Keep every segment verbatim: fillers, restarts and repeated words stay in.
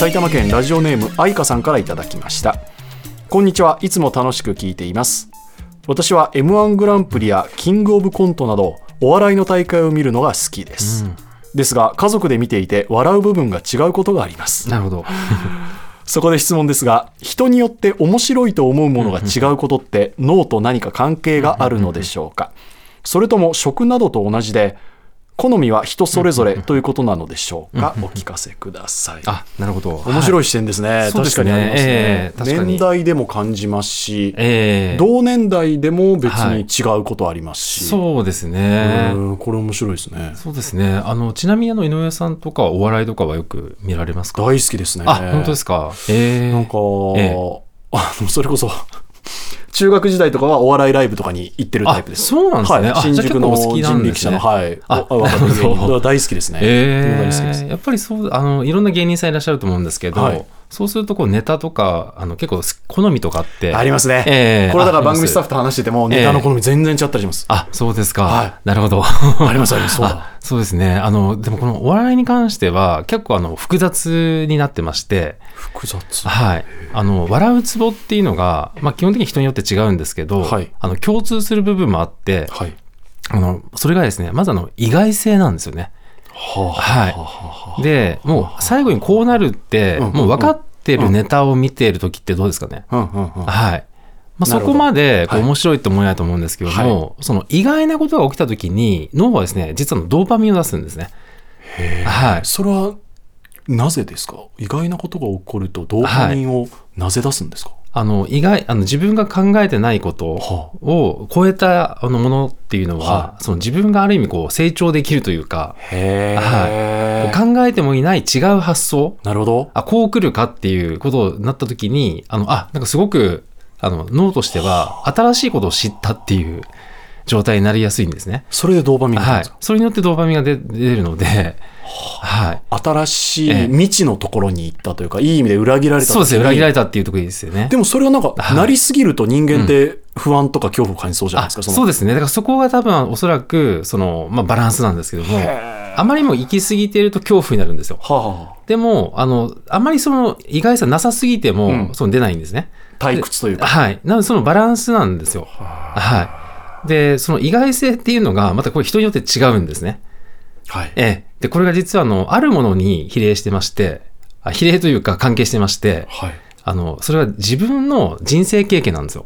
埼玉県ラジオネーム愛花さんからいただきました。こんにちは。いつも楽しく聞いています。私は エムワン グランプリやキングオブコントなどお笑いの大会を見るのが好きです、うん、ですが家族で見ていて笑う部分が違うことがあります。 なるほどそこで質問ですが、人によって面白いと思うものが違うことって脳と何か関係があるのでしょうか。それとも食などと同じで好みは人それぞれということなのでしょうか。お聞かせください。 あ、なるほど。 面白い視点ですね、はい、確かにありますね、えー、確かに年代でも感じますし、えー、同年代でも別に違うことありますし、 はい、そうですね。 うん、これ面白いですね。 そうですね。あのちなみにあの井上さんとかお笑いとかはよく見られますか。 大好きですね。 あ、本当ですか。えー、 なんか、えー、あのそれこそ中学時代とかはお笑いライブとかに行ってるタイプです。 そうなんですね。 はい、新宿の人力車の、はい、あ大好きですね、 えー、大好きです。やっぱりそうあのいろんな芸人さんいらっしゃると思うんですけど、はい、そうするとこうネタとかあの結構好みとかってありますね、えー、これだから番組スタッフと話しててもネタの好み全然違ったりします、えー、 あ、そうですか、はい、なるほどありますありますそうだあ、そうですね。あのでもこのお笑いに関しては結構あの複雑になってまして、 複雑、 はい、あの笑うツボっていうのが、まあ、基本的に人によって違うんですけど、はい、あの共通する部分もあって、はい、あのそれがですね、まずあの意外性なんですよね。はあ、はい、でもう最後にこうなるって、うん、もう分かってるネタを見ている時ってどうですかね、うんうんうん、はい、まあ、そこまでこう面白いと思えないと思うんですけども、はい、その意外なことが起きた時に脳はですね、実はドーパミンを出すんですね。 へ、はい、それはなぜですか。意外なことが起こるとドーパミンをなぜ出すんですか。はい、 あの意外あの自分が考えてないことを超えたあのものっていうのは、はあ、その自分がある意味こう成長できるというか、へ、はい、考えてもいない違う発想、 なるほど、あ、 こう来るかっていうことになった時にあのあなんかすごくあの脳としては新しいことを知ったっていう状態になりやすいんですね。 それでドーパミンが出るんですか。 はい、それによってドーパミンが出るので、はい、 新しい未知のところに行ったというか、ええ、いい意味で裏切られた。 そうですね、裏切られたっていうところですよね。 でもそれはなんか、はい、なりすぎると人間って不安とか恐怖を感じそうじゃないですか。 うん、そ, そうですね。だからそこが多分おそらくその、まあ、バランスなんですけども、あまりにも行き過ぎていると恐怖になるんですよ。はあ、でも あ, のあまりその意外さなさすぎても、うん、その出ないんですね。 退屈というか、 はい、なのでそのバランスなんですよ。はあ、はい、でその意外性っていうのがまたこれ人によって違うんですね。はい、ええ、でこれが実はあのあるものに比例してまして、あ比例というか関係してまして、はい、あのそれは自分の人生経験なんですよ。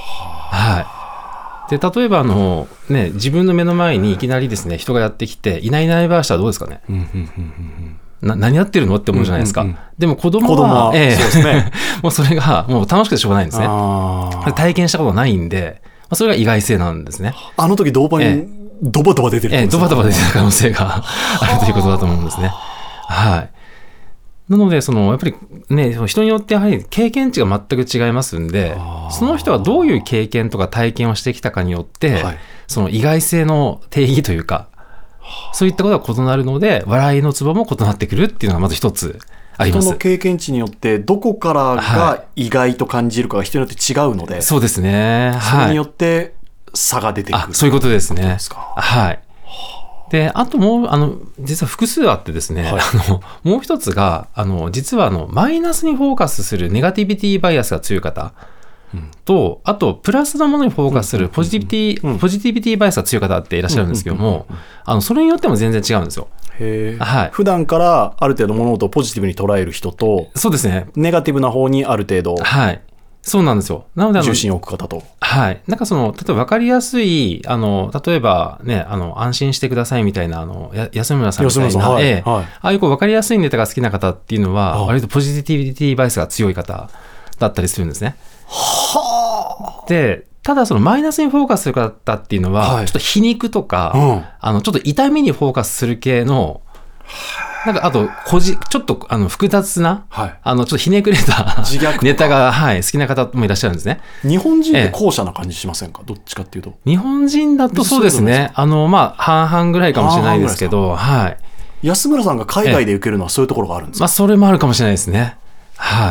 はい、で例えばあの、ね、自分の目の前にいきなりですね人がやってきていないいないばあしたらどうですかね。うんうんうんうんな何やってるのって思うじゃないですか。うんうんうん、でも子供は、子供はええ、そうですね、もうそれがもう楽しくてしょうがないんですね。あ体験したことないんで、まあ、それが意外性なんですね。 あの時ドーパミン、ええ、ドバドバ出てるんですか。 ええ、ドバドバ出てる可能性があるということだと思うんですね。はい。なのでそのやっぱりね、人によってやはり経験値が全く違いますんで、その人がどういう経験とか体験をしてきたかによって、はい、その意外性の定義というか、そういったことが異なるので笑いのツボも異なってくるっていうのがまず一つあります。 人の経験値によってどこからが意外と感じるかが人によって違うので、はい、 そうですね、 それによって差が出てくる、はい、 そういうことですね。はい。であともうあの実は複数あってですね、はい、あのもう一つがあの実はあのマイナスにフォーカスするネガティビティバイアスが強い方と、あとプラスのものにフォーカスするポジティビティ、うん、ポジティビティバイアスが強い方っていらっしゃるんですけども、あのそれによっても全然違うんですよ。 へ、はい、普段からある程度物事をポジティブに捉える人と、 そうですね、 ネガティブな方にある程度、 はい、そうなんですよ。なのであの重心を置く方と、 はい、なんかその例えば分かりやすいあの例えばね、あの安心してくださいみたいなあのや安村さんみたいな、はい、ええ、はい、ああいうこう分かりやすいネタが好きな方っていうのは割とポジティビティバイアスが強い方だったりするんですね。はあ。でただそのマイナスにフォーカスする方っていうのは、はい、ちょっと皮肉とか、うん、あのちょっと痛みにフォーカスする系のなんかあとこじちょっとあの複雑な、はい、あのちょっとひねくれたネタが、はい、好きな方もいらっしゃるんですね。 日本人って後者な感じしませんか。どっちかっていうと日本人だとそうですね、あのまあ半々ぐらいかもしれないですけど、はい、 安村さんが海外で受けるのはそういうところがあるんですか。 まあ、それもあるかもしれないですね。はい。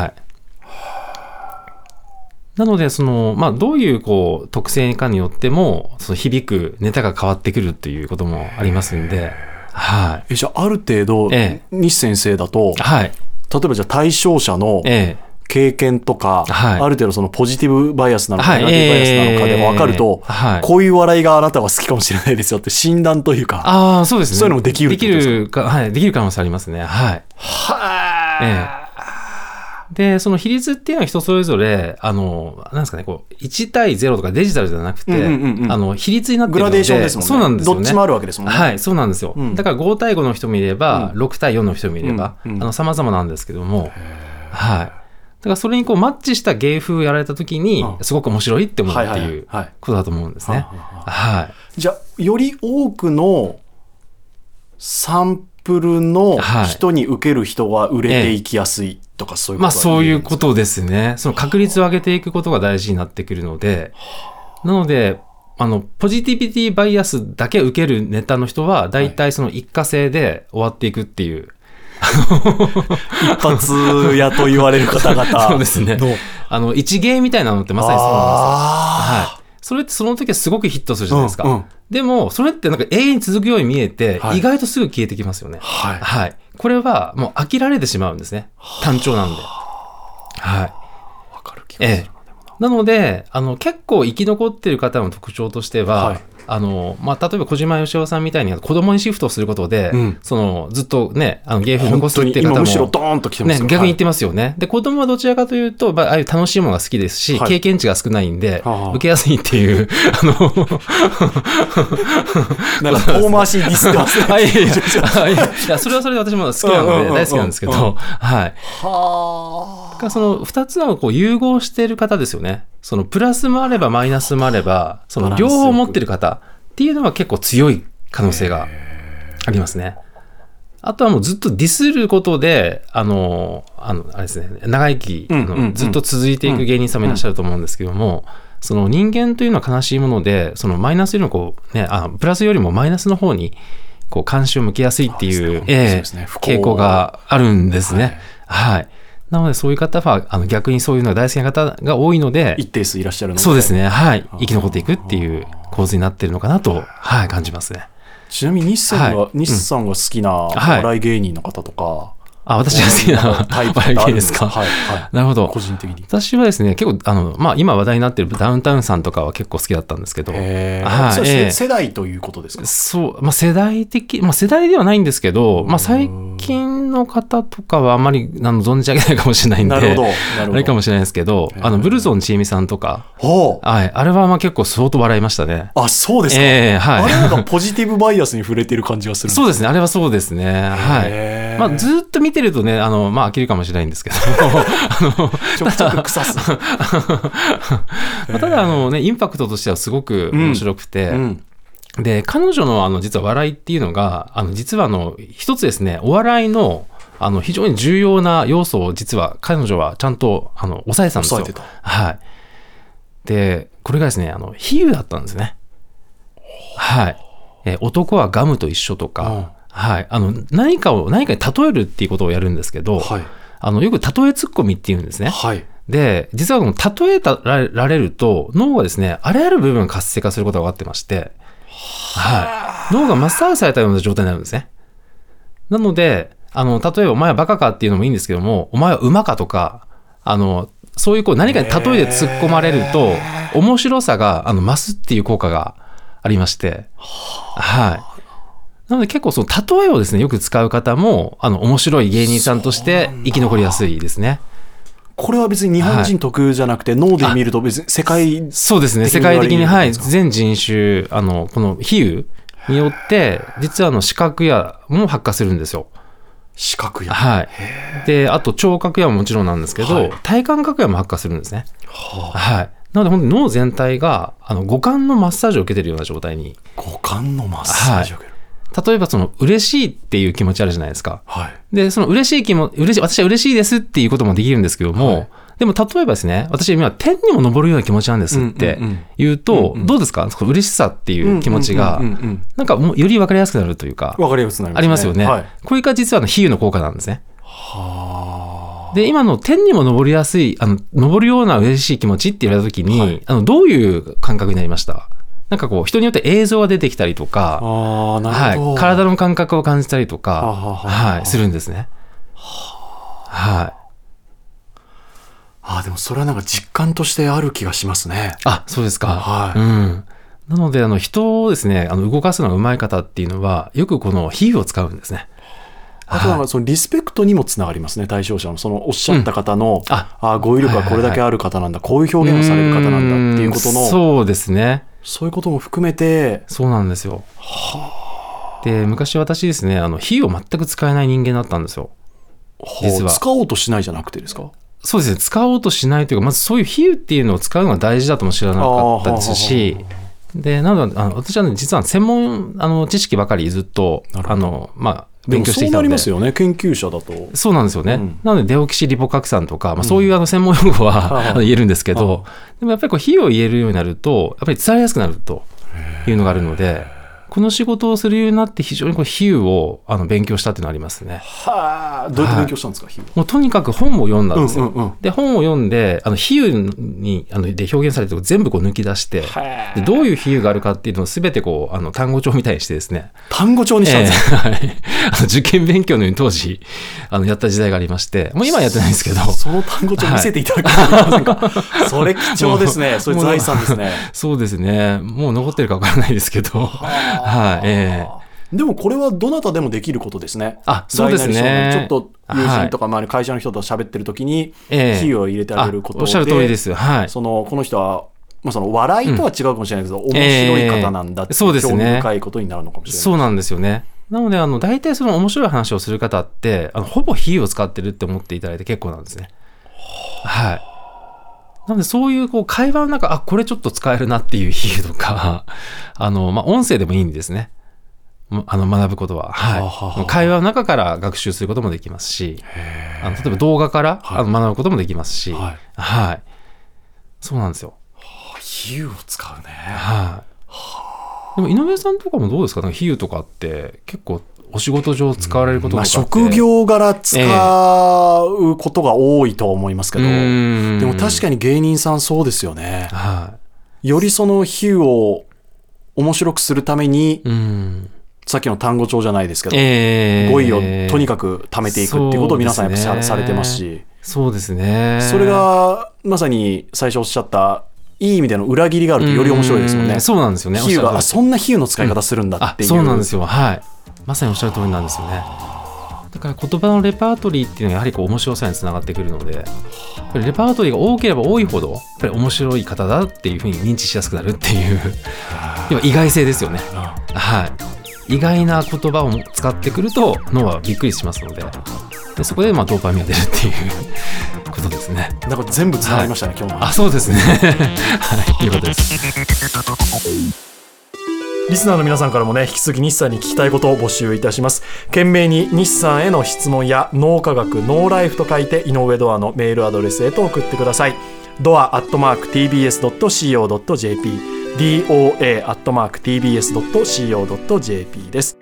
なのでその、まあ、どういうこう特性かによってもその響くネタが変わってくるっていうこともありますんで、はい、 えじゃあある程度、ええ、西先生だと、はい、 例えばじゃあ対象者の経験とか、ええ、はい、ある程度そのポジティブバイアスなのか、はい、ネガティブバイアスなのかでも分かると、えーはい、こういう笑いがあなたは好きかもしれないですよって診断というか、 あ、そうですね、 そういうのもできるってことですか？ できるか、はい、できる可能性ありますね。はい。は、ええ、でその比率っていうのは人それぞれあのなんですかね、こういち対ゼロとかデジタルじゃなくて、うんうんうん、あの比率になってるので、グラデーションですもんね。そうなんですよね。どっちもあるわけですもんね。はい、そうなんですよ、うん、だからご対ごの人もいれば、うん、ろく対よんの人もいれば、うんうん、あの様々なんですけども、はい、だからそれにこうマッチした芸風をやられた時にすごく面白いって思うっていうことだと思うんですね。はい。 じゃあより多くのサンプルの人に受ける人が売れていきやすいとか、そういうことは、 まあそういうことですね。その確率を上げていくことが大事になってくるので、なのであのポジティビティバイアスだけ受けるネタの人はだいたいその一過性で終わっていくっていう、 一発屋と言われる方々 そうですね、あの一芸みたいなのってまさにそうなんですよ。はい、それってその時はすごくヒットするじゃないですか、うんうん、でもそれってなんか永遠に続くように見えて、はい、意外とすぐ消えてきますよね。はい、はい、これはもう飽きられてしまうんですね、単調なんで。はい、わかる気がする、ええ、なのであの結構生き残っている方の特徴としては、はい、あのまあ、例えば小島よしおさんみたいに子供にシフトすることで、うん、そのずっとねあの芸風残すっていう方も、 今むしろドーンと来てますよ、 ね、逆に言ってますよね。はい、で子供はどちらかというと、まあ、ああいう楽しいものが好きですし、はい、経験値が少ないんで、はあ、受けやすいっていうあのなんか遠回しにディスってますね。はい、いやいやそれはそれで私も好きなので大好きなんですけど、はい。はあ。だからそのふたつのこう融合している方ですよね。そのプラスもあればマイナスもあれば、その両方持ってる方っていうのは結構強い可能性がありますね。あとはもうずっとディスることで、あの、あの、あれですね、長生き、うんうんうん、ずっと続いていく芸人さんもいらっしゃると思うんですけども、うんうん、その人間というのは悲しいもので、そのマイナスよりもこう、ね、あ、プラスよりもマイナスの方にこう関心を向けやすいっていう、えー、傾向があるんですね。はい。はい、なのでそういう方はあの逆にそういうのが大好きな方が多いので、 一定数いらっしゃるので、 そうですね、はい、生き残っていくっていう構図になっているのかなと、はい、感じますね。 ちなみに日さんが、はい、日さんが好きな笑い芸人の方とか、はい、 あ、私が好きなタイプ笑い芸人ですか。はいはい、なるほど。 個人的に私はですね、結構あの、まあ、今話題になっているダウンタウンさんとかは結構好きだったんですけど、 へー、はい、それ、えー、世代ということですか。 そう、まあ、世代的、まあ、世代ではないんですけど、まあ、最近の方とかはあまりあの存じ上げないかもしれないんで、なるほどなるほど、あれかもしれないですけど、あのブルゾンちえみさんとか、はい、あれはまあ結構相当笑いましたね。 あ、そうですか。えーはい、あれなんかポジティブバイアスに触れてる感じがするんですか。 そうですね、あれはそうですね。はい。まあ、ずっと見てるとね、あのまあ飽きるかもしれないんですけどあのちょくちょく腐すただあの、ね、インパクトとしてはすごく面白くて、うんうん、で彼女のあの実は笑いっていうのがあの実はあの一つですね、お笑いのあの非常に重要な要素を実は彼女はちゃんとあの抑えてたんですよ。抑えてた。はい。でこれがですね、あの比喩だったんですね。はい。え男はガムと一緒とか、うん、はい、あの何かを何かに例えるっていうことをやるんですけど、はい、あのよく例えツッコミっていうんですね。はい、で実はこの例えられると脳がですね、あらゆる部分が活性化することが分かってまして、はい、脳がマッサージされたような状態になるんですね。なのであの例えばお前はバカかっていうのもいいんですけども、お前は馬かとか、あのそういうこう何かに例えで突っ込まれると面白さがあの増すっていう効果がありまして、はい。なので結構その例えをですねよく使う方もあの面白い芸人さんとして生き残りやすいですね。 これは別に日本人特有じゃなくて、はい、脳で見ると別に世界的に、 そうですね、世界的に、はい、全人種あのこの比喩によって実はあの視覚野も発火するんですよ。 視覚野、 はい、であと聴覚野ももちろんなんですけど、はい、体感覚野も発火するんですね。はあ、はい。なので本当に脳全体があの五感のマッサージを受けているような状態に。 五感のマッサージを受ける、 はい、例えばその嬉しいっていう気持ちあるじゃないですか。はい、でその嬉しい気も嬉しい、私は嬉しいですっていうこともできるんですけども、はい、でも例えばですね、私は今天にも昇るような気持ちなんですって言うと、うんうんうん、どうですか、その嬉しさっていう気持ちがなんかもうより分かりやすくなるというか、 分かりやすくなりますね、 ありますよね。はい、これが実は比喩の効果なんですね。はで今の天にも昇りやすい、あの昇るような嬉しい気持ちって言われた時に、はい、あのどういう感覚になりました？なんかこう人によって映像が出てきたりとか、あ、なるほど、はい、体の感覚を感じたりとか、はははは、はい、するんですね。ははい。 あでもそれはなんか実感としてある気がしますね。 あ、そうですか。 はい。 うん。なのであの人をですね、あの動かすのが上手い方っていうのはよくこの比喩を使うんですね。 あとはそのリスペクトにもつながりますね、対象者のそのおっしゃった方の、うん、ああ語彙力がこれだけある方なんだ、はいはいはい、こういう表現をされる方なんだっていうことの、 そうですね、 そういうことも含めて。 そうなんですよ。はで昔私ですね、あの比喩を全く使えない人間だったんですよ、実は。 使おうとしないじゃなくてですか？ そうですね、使おうとしないというか、まずそういう比喩っていうのを使うのが大事だとも知らなかったですし、でなのであの私は、ね、実は専門あの知識ばかりずっとあの、まあ、勉強してきたので。 そうなりますよね、研究者だと。 そうなんですよね、うん、なのでデオキシリボ核酸とか、まあ、そういうあの専門用語は、うん、言えるんですけど、でもやっぱりこう比喩を言えるようになるとやっぱり伝わりやすくなるというのがあるので、この仕事をするようになって非常にこう比喩をあの勉強したっていうのがありますね。 はあ、どうやって勉強したんですか、はい、比喩。 もうとにかく本を読んだんですよ、 うんうんうん、 で本を読んであの比喩にあので表現されてるとこ全部こう抜き出してでどういう比喩があるかっていうのを全てこうあの単語帳みたいにしてですね、 単語帳にしたんですか、 えー、あの受験勉強のように当時あのやった時代がありまして、もう今はやってないんですけど、 その単語帳見せていただけませんか、はい、それ貴重ですね、それ財産ですね。 そうですね、もう残ってるか分からないですけど、はい、えーでもこれはどなたでもできることですね。 あ、そうですね。 ちょっと友人とか周り会社の人と喋ってる時に比喩を入れてあげることで、 おっしゃる通りです。はい。 そのこの人は、まあ、その笑いとは違うかもしれないけど、うん、面白い方なんだっていう興味深いことになるのかもしれない。 そうなんですよね。なのであの大体その面白い話をする方ってあのほぼ比喩を使ってるって思っていただいて結構なんですね。はい。なのでそういうこう会話の中、あ、これちょっと使えるなっていう比喩とか、あのまあ音声でもいいんですね。あの学ぶことは、はい、ははは会話の中から学習することもできますし、あの例えば動画から、はい、あの学ぶこともできますし、はいはい、そうなんですよ。 はあ、比喩を使うね。 はい、はでも井上さんとかもどうですか、なんか比喩とかって結構お仕事上使われることとかって、 まあ、職業柄使うことが多いとは思いますけど、えー、でも確かに芸人さんそうですよね。はい、よりその比喩を面白くするために、うんさっきの単語帳じゃないですけど、えー、語彙をとにかく貯めていくっていうことを皆さんやっぱ さ,、ね、されてますし、 そうですね。 それがまさに最初おっしゃったいい意味での裏切りがあるとより面白いですもんね。 うん、そうなんですよね。 比喩があそんな比喩の使い方するんだっていう、 うん、そうなんですよ。はい。まさにおっしゃる通りなんですよね。だから言葉のレパートリーっていうのはやはりこう面白さにつながってくるので、やっぱりレパートリーが多ければ多いほどやっぱり面白い方だっていうふうに認知しやすくなるっていう要は意外性ですよね。はい。意外な言葉を使ってくると脳はびっくりしますの で, でそこでまあドーパミンが出るっていうことですね。 なんか全部つながりましたね、はい、今日の話。 あ、そうですねはい、よかったです。 リスナーの皆さんからもね、引き続き日産に聞きたいことを募集いたします。懸命に日産への質問や脳科学ノーライフと書いて井上ドアのメールアドレスへと送ってください。ドアアットマーク ティービーエスドットシーオードットジェーピー ドア アットマーク ティービーエスドットシーオードットジェーピー です。